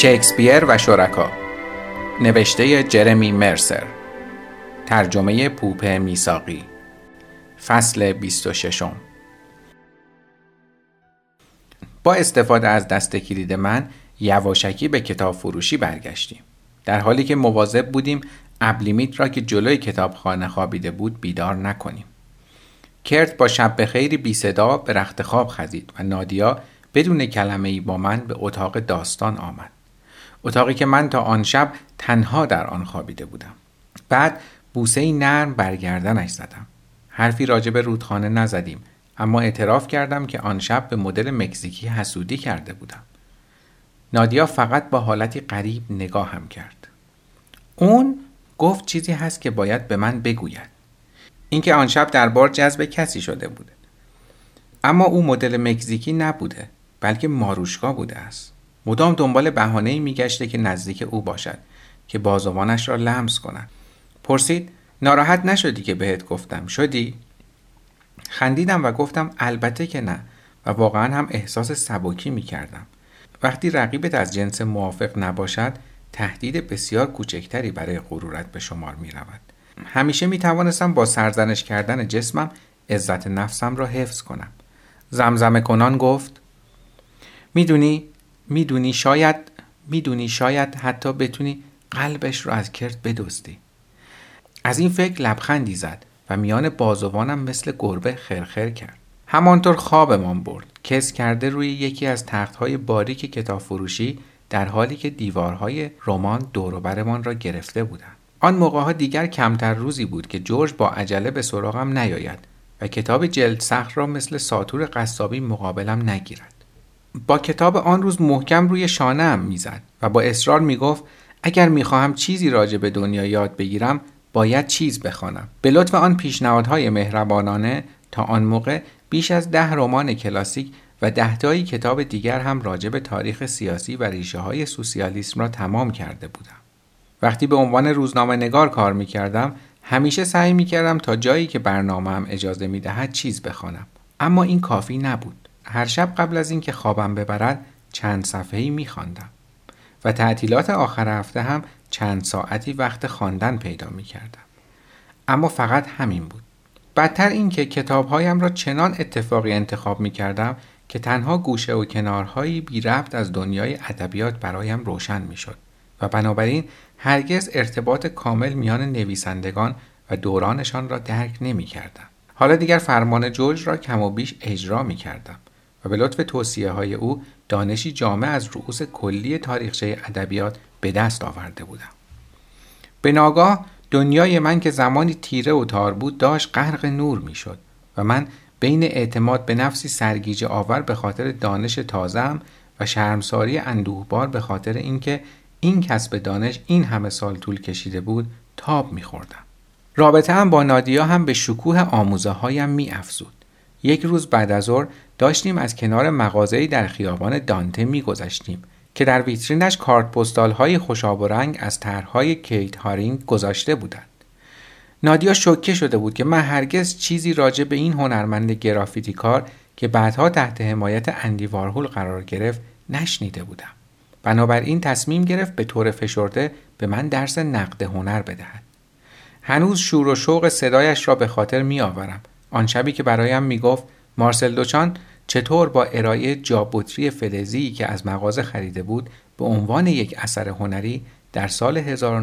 شکسپیر و شرکا، نوشته جرمی مرسر، ترجمه پوپه میساقی، فصل 26. با استفاده از دست کلید من یواشکی به کتاب فروشی برگشتیم، در حالی که مواظب بودیم ابلیمیت را که جلوی کتابخانه خوابیده بود بیدار نکنیم. کرت با شب بخیری بی صدا به رخت خواب خزید و نادیا بدون کلمه‌ای با من به اتاق داستان آمد. اتاقی که من تا آن شب تنها در آن خوابیده بودم. بعد بوسه‌ای نرم بر گردنش زدم. حرفی راجع به رودخانه نزدیم، اما اعتراف کردم که آن شب به مدل مکزیکی حسودی کرده بودم. نادیا فقط با حالتی غریب نگاهم کرد. اون گفت چیزی هست که باید به من بگوید. اینکه آن شب در بار جذب کسی شده بوده. اما او مدل مکزیکی نبوده، بلکه ماروشکا بوده است. مدام دنبال بهانه‌ای میگشته که نزدیک او باشد، که بازوانش را لمس کند. پرسید ناراحت نشدی که بهت گفتم؟ شدی؟ خندیدم و گفتم البته که نه، و واقعا هم احساس سبکی میکردم. وقتی رقیبت از جنس موافق نباشد، تهدید بسیار کوچکتری برای غرورت به شمار میرود. همیشه میتوانستم با سرزنش کردن جسمم عزت نفسم را حفظ کنم. زمزمه کنان گفت میدونی شاید حتی بتونی قلبش رو از کرت بدزدی. از این فکر لبخندی زد و میان بازوانم مثل گربه خرخر کرد. همانطور خوابمان برد، کس کرده روی یکی از تخت‌های باریک کتاب فروشی، در حالی که دیوارهای رمان دور و برمان را گرفته بودند. آن موقع‌ها دیگر کمتر روزی بود که جورج با عجله به سراغم نیاید و کتاب جلد سخت را مثل ساطور قصابی مقابلم نگیرد. با کتاب آن روز محکم روی شانه‌ام میزد و با اصرار میگفت اگر میخواهم چیزی راجع به دنیا یاد بگیرم باید چیز بخوانم. به لطف آن پیشنهادهای مهربانانه تا آن موقع بیش از 10 رمان کلاسیک و 10 تایی کتاب دیگر هم راجع به تاریخ سیاسی و ریشه‌های سوسیالیسم را تمام کرده بودم. وقتی به عنوان روزنامه‌نگار کار می‌کردم، همیشه سعی می‌کردم تا جایی که برنامه‌ام اجازه می‌دهد چیز بخوانم. اما این کافی نبود. هر شب قبل از اینکه خوابم ببرد چند صفحه‌ای می‌خواندم و تعطیلات آخر هفته هم چند ساعتی وقت خواندن پیدا می‌کردم. اما فقط همین بود. بدتر این که کتاب‌هایم را چنان اتفاقی انتخاب می‌کردم که تنها گوشه و کنارهایی بی ربط از دنیای ادبیات برایم روشن می‌شد و بنابراین هرگز ارتباط کامل میان نویسندگان و دورانشان را درک نمی‌کردم. حالا دیگر فرمان جورج را کم و بیش اجرا می‌کردم و به لطف توصیه‌های او دانشی جامع از رؤوس کلی تاریخچه ادبیات به دست آورده بودم. به ناگاه دنیای من که زمانی تیره و تار بود داشت غرق نور می‌شد و من بین اعتماد به نفسی سرگیجه آور به خاطر دانش تازه‌ام و شرمساری اندوهبار به خاطر اینکه این کسب دانش این همه سال طول کشیده بود تاب می‌خوردم. رابطه هم با نادیا هم به شکوه آموزه‌هایم می‌افزود. یک روز بعد از ظهر داشتیم از کنار مغازه‌ای در خیابان دانته می‌گذشتیم که در ویترینش کارت پستال‌های خوشاب و رنگ از طرح‌های کیت هارینگ گذاشته بودند. نادیا شوکه شده بود که من هرگز چیزی راجع به این هنرمند گرافیتی کار که بعدها تحت حمایت اندی وارهول قرار گرفت نشنیده بودم. بنابراین تصمیم گرفت به طور فشرده به من درس نقد هنر بدهد. هنوز شور و شوق صدایش را به خاطر می آورم. آن شبی که برایم می گفت مارسل دوچان چطور با ارائه جابوتری فلزی که از مغازه خریده بود به عنوان یک اثر هنری در سال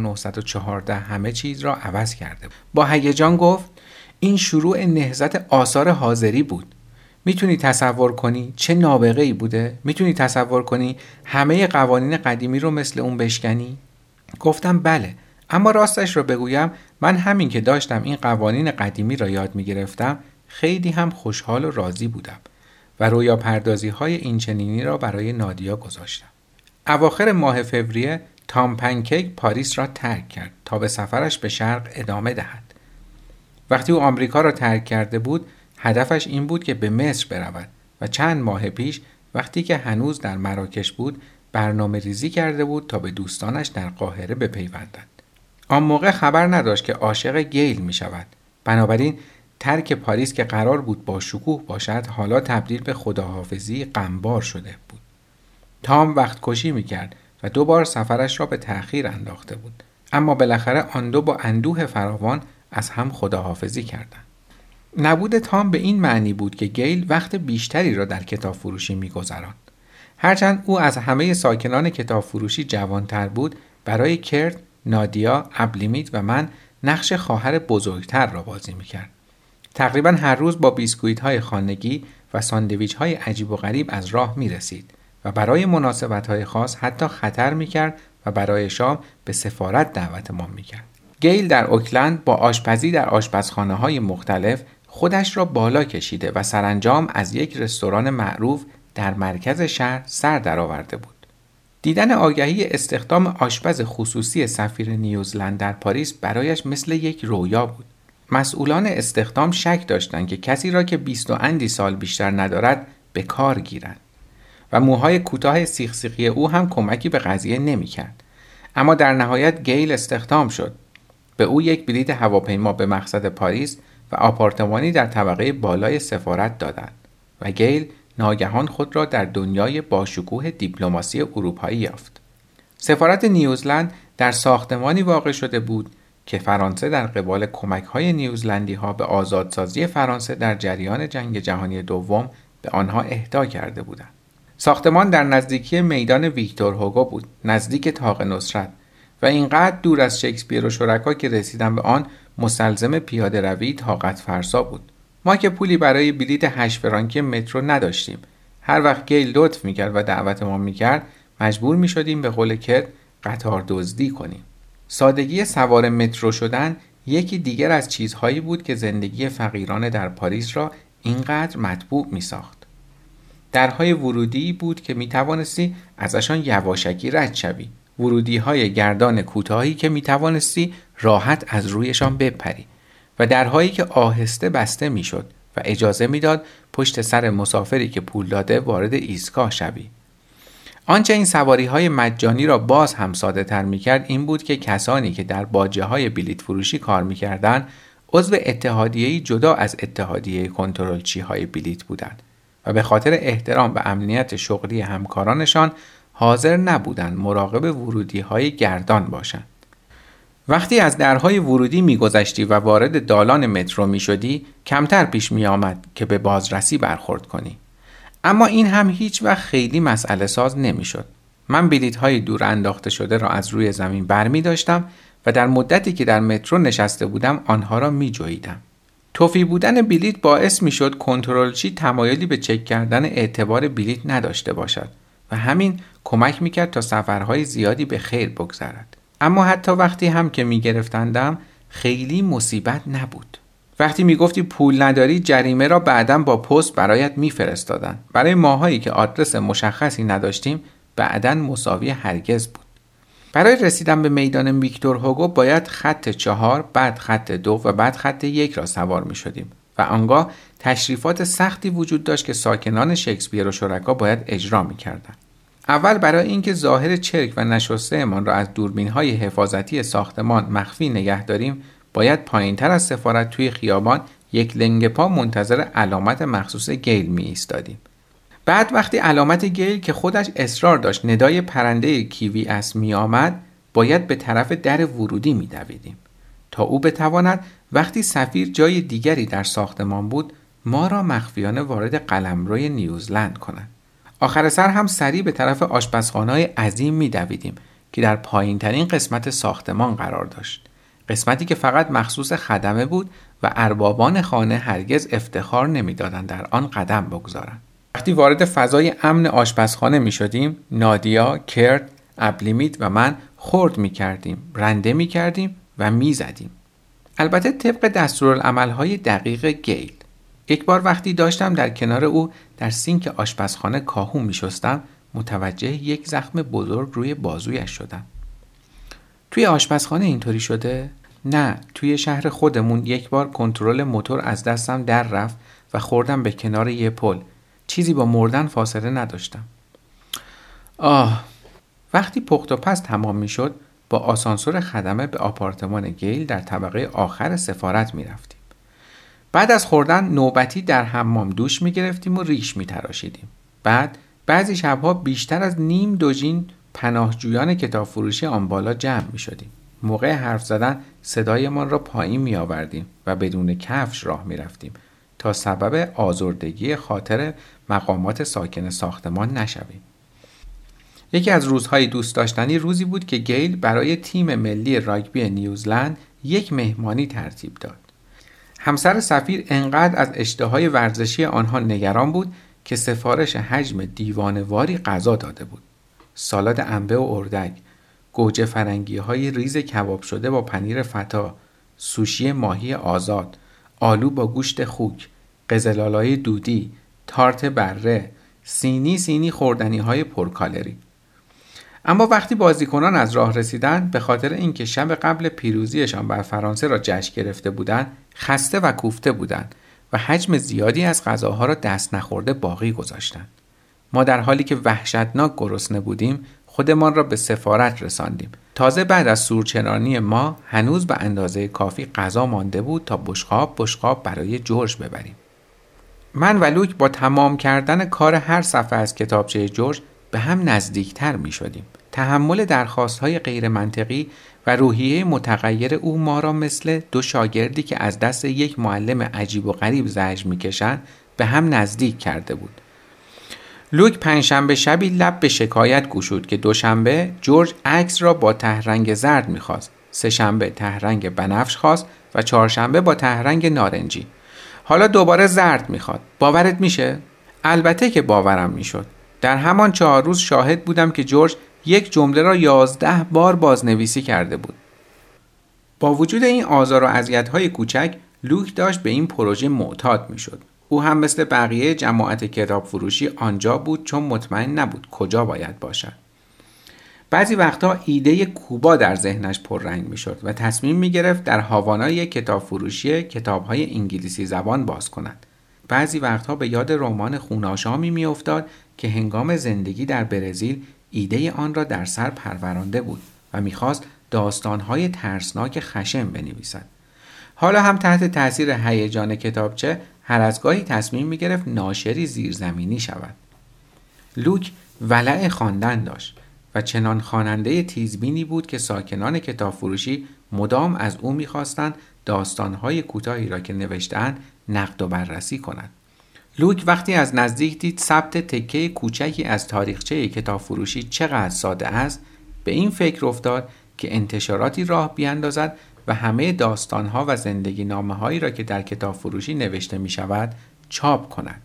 1914 همه چیز را عوض کرده بود. با هیجان گفت این شروع نهضت آثار حاضری بود. میتونی تصور کنی چه نابغه‌ای بوده؟ میتونی تصور کنی همه قوانین قدیمی رو مثل اون بشکنی؟ گفتم بله، اما راستش رو بگویم من همین که داشتم این قوانین قدیمی را یاد میگرفتم خیلی هم خوشحال و راضی بودم و رویا پردازی های این چنینی را برای نادیا گذاشتم. اواخر ماه فوریه تام پنکیک پاریس را ترک کرد تا به سفرش به شرق ادامه دهد. وقتی او آمریکا را ترک کرده بود هدفش این بود که به مصر برود و چند ماه پیش وقتی که هنوز در مراکش بود برنامه ریزی کرده بود تا به دوستانش در قاهره بپیوندد. آن موقع خبر نداشت که عاشق گیل می شود. بنابراین ترک پاریس که قرار بود با شکوه باشد حالا تبدیل به خداحافظی غمبار شده بود. تام وقت کشی می کرد و 2 بار سفرش را به تأخیر انداخته بود. اما بالاخره آن دو با اندوه فراوان از هم خداحافظی کردند. نبود تام به این معنی بود که گیل وقت بیشتری را در کتاب فروشی می‌گذراند. هرچند او از همه ساکنان کتاب فروشی جوان‌تر بود، برای کرت، نادیا، ابلیمیت و من نقش خواهر بزرگتر را بازی می‌کرد. تقریباً هر روز با بیسکویت‌های خانگی و ساندویچ‌های عجیب و غریب از راه می‌رسید و برای مناسبت‌های خاص حتی خطر می‌کرد و برای شام به سفارت دعوتمان می‌کرد. گیل در اوکلند با آشپزی در آشپزخانه‌های مختلف خودش را بالا کشیده و سرانجام از یک رستوران معروف در مرکز شهر سر درآورده بود. دیدن آگهی استخدام آشپز خصوصی سفیر نیوزلند در پاریس برایش مثل یک رویا بود. مسئولان استخدام شک داشتند که کسی را که 20 و اندی سال بیشتر ندارد به کار گیرند و موهای کوتاه سیخسیخی او هم کمکی به قضیه نمی‌کرد. اما در نهایت گیل استخدام شد. به او یک بلیط هواپیما به مقصد پاریس و آپارتمانی در طبقه بالای سفارت دادند و گیل ناگهان خود را در دنیای باشکوه دیپلماسی اروپایی یافت. سفارت نیوزلند در ساختمانی واقع شده بود که فرانسه در قبال کمک‌های نیوزلندی‌ها به آزادسازی فرانسه در جریان جنگ جهانی دوم به آنها اهدا کرده بودند. ساختمان در نزدیکی میدان ویکتور هوگو بود، نزدیک طاق نصرت، و اینقدر دور از شکسپیر و شرکا که رسیدن به آن مستلزم پیاده روی طاقت فرسا بود. ما که پولی برای بلیط 8 فرانکی مترو نداشتیم. هر وقت گیل لطف میکرد و دعوتمان میکرد مجبور میشدیم به قول کرد قطار دزدی کنیم. سادگی سوار مترو شدن یکی دیگر از چیزهایی بود که زندگی فقیران در پاریس را اینقدر مطبوع میساخت. درهای ورودی بود که میتوانستی ازشان یواشکی رد شوی. ورودی‌های گردان کوتاهی که میتوانستی راحت از رویشان بپری و درهایی که آهسته بسته میشد و اجازه میداد پشت سر مسافری که پول داده وارد ایستگاه شوی. آنچه این سواری‌های مجانی را باز هم ساده تر میکرد این بود که کسانی که در باجه‌های بلیط فروشی کار میکردند عضو اتحادیه‌ای جدا از اتحادیه کنترلچی‌های بلیط بودند و به خاطر احترام به امنیت شغلی همکارانشان حاضر نبودند مراقب ورودی‌های گردان باشند. وقتی از درهای ورودی می‌گذشتی و وارد دالان مترو می‌شدی، کمتر پیش می‌آمد که به بازرسی برخورد کنی. اما این هم هیچ وقت خیلی مسئله ساز نمی‌شد. من بلیط‌های دور انداخته شده را از روی زمین برمی‌داشتم و در مدتی که در مترو نشسته بودم آنها را می‌جوییدم. توفی بودن بلیط باعث می‌شد کنترلچی تمایلی به چک کردن اعتبار بلیط نداشته باشد و همین کمک می‌کرد تا سفرهای زیادی به خیر بگذرد. اما حتی وقتی هم که می‌گرفتندم خیلی مصیبت نبود. وقتی میگفتی پول نداری جریمه را بعداً با پست برایت میفرستادن. برای ماهایی که آدرس مشخصی نداشتیم بعداً مساوی هرگز بود. برای رسیدن به میدان ویکتور هوگو باید خط 4 بعد خط 2 و بعد خط 1 را سوار میشدیم و آنگاه تشریفات سختی وجود داشت که ساکنان شکسپیر و شرکا باید اجرا میکردند. اول برای اینکه ظاهر چرک و نشسته مان را از دوربین‌های حفاظتی ساختمان مخفی نگه داریم باید پایین‌تر از سفارت توی خیابان یک لنگ پا منتظر علامت مخصوص گیل می ایستادیم. بعد وقتی علامت گیل که خودش اصرار داشت ندای پرنده کیوی است می آمد باید به طرف در ورودی می دویدیم تا او بتواند وقتی سفیر جای دیگری در ساختمان بود ما را مخفیانه وارد قلمروی نیوزلند کند. آخر سر هم سریع به طرف آشپزخانه‌های عظیم می دویدیم که در پایین ترین قسمت ساختمان قرار داشت. قسمتی که فقط مخصوص خدمه بود و اربابان خانه هرگز افتخار نمی‌دادند در آن قدم بگذارند. وقتی وارد فضای امن آشپزخانه می‌شدیم، نادیا، کرت، ابلیمیت و من خرد می‌کردیم، رنده می‌کردیم و می‌زدیم. البته طبق دستورالعمل‌های دقیق گیل. یک بار وقتی داشتم در کنار او در سینک آشپزخانه کاهو می‌شستم، متوجه یک زخم بزرگ روی بازویش شدم. توی آشپزخانه اینطوری شده؟ نه، توی شهر خودمون یک بار کنترل موتور از دستم در رفت و خوردم به کنار یه پل. چیزی با مردن فاصله نداشتم. وقتی پخت و پز تمام می شد با آسانسور خدمه به آپارتمان گیل در طبقه آخر سفارت می رفتیم. بعد از خوردن نوبتی در حمام دوش می گرفتیم و ریش می تراشیدیم. بعد بعضی شبها بیشتر از نیم دوجین پناهجویان کتاب فروشی آن بالا جمع می شدیم. موقع حرف زدن صدایمان را پایین می آوردیم و بدون کفش راه می رفتیم تا سبب آزردگی خاطر مقامات ساکن ساختمان نشویم. یکی از روزهای دوست داشتنی روزی بود که گیل برای تیم ملی راگبی نیوزلند یک مهمانی ترتیب داد. همسر سفیر انقدر از اشتهای ورزشی آنها نگران بود که سفارش حجم دیوانه‌واری غذا داده بود. سالاد انبه و اردک، گوجه فرنگی‌های ریز کباب شده با پنیر فتا، سوشی ماهی آزاد، آلو با گوشت خوک، قزل‌آلای دودی، تارت بره، سینی خوردنی‌های پرکالری. اما وقتی بازیکنان از راه رسیدند، به خاطر اینکه شب قبل پیروزیشان بر فرانسه را جشن گرفته بودند، خسته و کوفته بودند و حجم زیادی از غذاها را دست نخورده باقی گذاشتند. ما در حالی که وحشتناک گرسنه بودیم، خودمان را به سفارت رساندیم. تازه بعد از سورچرانی ما هنوز به اندازه کافی غذا مانده بود تا بشقاب برای جورج ببریم. من و لوک با تمام کردن کار هر صفحه از کتابچه جورج به هم نزدیکتر می شدیم. تحمل درخواست‌های غیر منطقی و روحیه متغیر او ما را مثل دو شاگردی که از دست یک معلم عجیب و غریب زجر می‌کشند به هم نزدیک کرده بود. لوک پنجشنبه شبی لب به شکایت گشود که دوشنبه جورج عکس را با ته‌رنگ زرد می‌خواست، سه‌شنبه ته‌رنگ بنفش خواست و چهارشنبه با ته‌رنگ نارنجی. حالا دوباره زرد می‌خواد. باورت میشه؟ البته که باورم میشد. در همان 4 روز شاهد بودم که جورج یک جمله را 11 بار بازنویسی کرده بود. با وجود این آزار و اذیت‌های کوچک، لوک داشت به این پروژه معتاد می‌شد. او هم مثل بقیه جماعت کتاب فروشی آنجا بود چون مطمئن نبود کجا باید باشد. بعضی وقتها ایده کوبا در ذهنش پررنگ می‌شد و تصمیم می‌گرفت در هاوانا یک کتاب فروشی کتاب‌های انگلیسی زبان باز کند. بعضی وقتها به یاد رمان خون‌آشامی می‌افتاد که هنگام زندگی در برزیل ایده آن را در سر پرورانده بود و می‌خواست داستان‌های ترسناک خشن بنویسد. حالا هم تحت تأثیر هیجان کتابچه هر از گاهی تصمیم می‌گرفت ناشری زیرزمینی شود. لوک ولع خواندن داشت و چنان خواننده تیزبینی بود که ساکنان کتاب فروشی مدام از او می‌خواستند داستان‌های کوتاهی را که نوشته‌اند نقد و بررسی کند. لوک وقتی از نزدیک دید ثبت تکه کوچکی از تاریخچه کتاب فروشی چقدر ساده است، به این فکر افتاد که انتشاراتی راه بیاندازد و همه داستان‌ها و زندگی نامه‌هایی را که در کتاب فروشی نوشته می‌شود چاپ کند.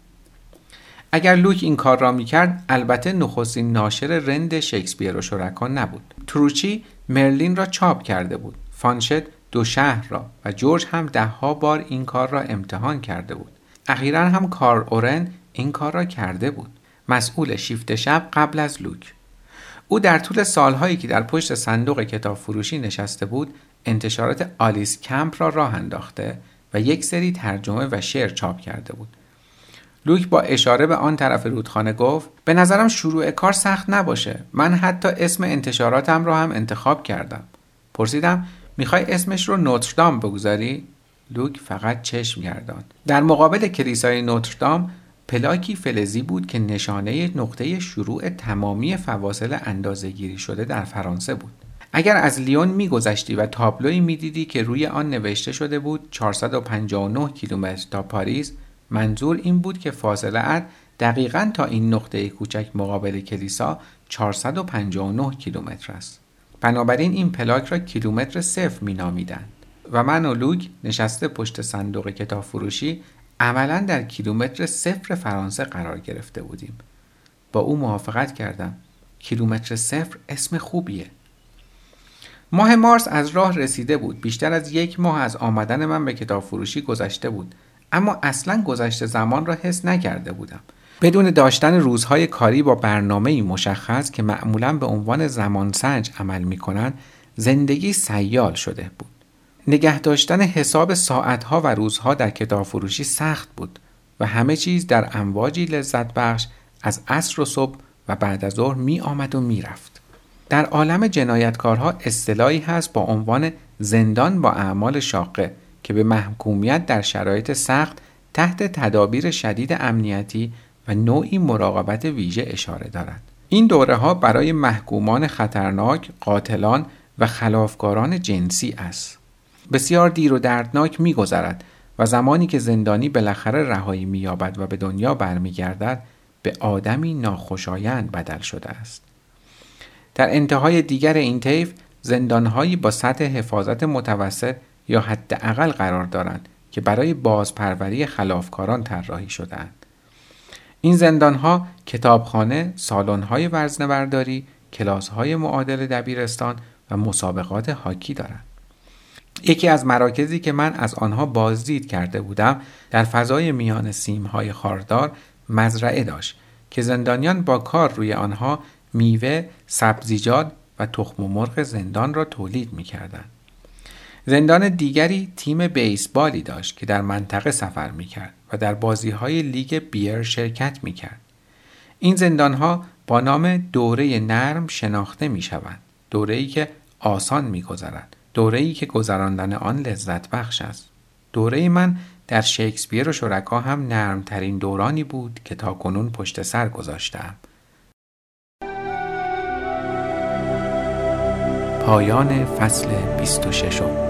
اگر لوک این کار را می‌کرد، البته نخستین ناشر رند شکسپیر و شرکا نبود. تروچی مرلین را چاپ کرده بود، فانشت دو شهر را و جورج هم 10 بار این کار را امتحان کرده بود. اخیراً هم کارل اورن این کار را کرده بود، مسئول شیفت شب قبل از لوک. او در طول سالهایی که در پشت صندوق کتاب فروشی نشسته بود، انتشارات آلیس کمپ را راه انداخته و یک سری ترجمه و شعر چاپ کرده بود. لوک با اشاره به آن طرف رودخانه گفت: به نظرم شروع کار سخت نباشه. من حتی اسم انتشاراتم را هم انتخاب کردم. پرسیدم: میخوای اسمش رو نوتردام بگذاری؟ لوک فقط چشم گرداند. در مقابل کلیسای نوتردام پلاکی فلزی بود که نشانه نقطه شروع تمامی فواصل اندازه‌گیری شده در فرانسه بود. اگر از لیون می‌گذشتی و تابلویی می‌دیدی که روی آن نوشته شده بود 459 کیلومتر تا پاریس، منظور این بود که فاصله دقیقاً تا این نقطه کوچک مقابل کلیسا 459 کیلومتر است. بنابراین این پلاک را کیلومتر صفر می‌نامیدند و من و لوک نشسته پشت صندوق کتاب فروشی عملاً در کیلومتر صفر فرانسه قرار گرفته بودیم. با او موافقت کردم. کیلومتر صفر اسم خوبیه. ماه مارس از راه رسیده بود. بیشتر از 1 ماه از آمدن من به کتاب فروشی گذشته بود، اما اصلاً گذشته زمان را حس نکرده بودم. بدون داشتن روزهای کاری با برنامه‌ای مشخص که معمولاً به عنوان زمانسنج عمل می‌کنند، زندگی سیال شده بود. نگه داشتن حساب ساعتها و روزها در کتاب فروشی سخت بود و همه چیز در امواجی لذت بخش از عصر و صبح و بعد از ظهر می آمد و می رفت. در عالم جنایتکارها اصطلاحی هست با عنوان زندان با اعمال شاقه که به محکومیت در شرایط سخت تحت تدابیر شدید امنیتی و نوعی مراقبت ویژه اشاره دارد. این دوره‌ها برای محکومان خطرناک، قاتلان و خلافکاران جنسی است. بسیار دیر و دردناک می‌گذرد و زمانی که زندانی بالاخره رهایی می‌یابد و به دنیا برمیگردد به آدمی ناخوشایند بدل شده است. در انتهای دیگر این طیف زندان‌هایی با سطح حفاظت متوسط یا حداقل قرار دارند که برای بازپروری خلافکاران طراحی شده‌اند. این زندان‌ها کتابخانه، سالن‌های وزنه‌برداری، کلاس‌های معادل دبیرستان و مسابقات هاکی دارند. یکی از مراکزی که من از آنها بازدید کرده بودم در فضای میان سیم‌های خاردار مزرعه داشت که زندانیان با کار روی آنها میوه، سبزیجات و تخم مرغ زندان را تولید می‌کردند. زندان دیگری تیم بیسبالی داشت که در منطقه سفر می‌کرد و در بازی‌های لیگ بیر شرکت می‌کرد. این زندان‌ها با نام دوره نرم شناخته می‌شوند. دوره‌ای که آسان می‌گذرد. دوره‌ای که گذراندن آن لذت بخش است. دوره من در شکسپیر و شرکا هم نرمترین دورانی بود که تاکنون پشت سر گذاشتم. پایان فصل 26.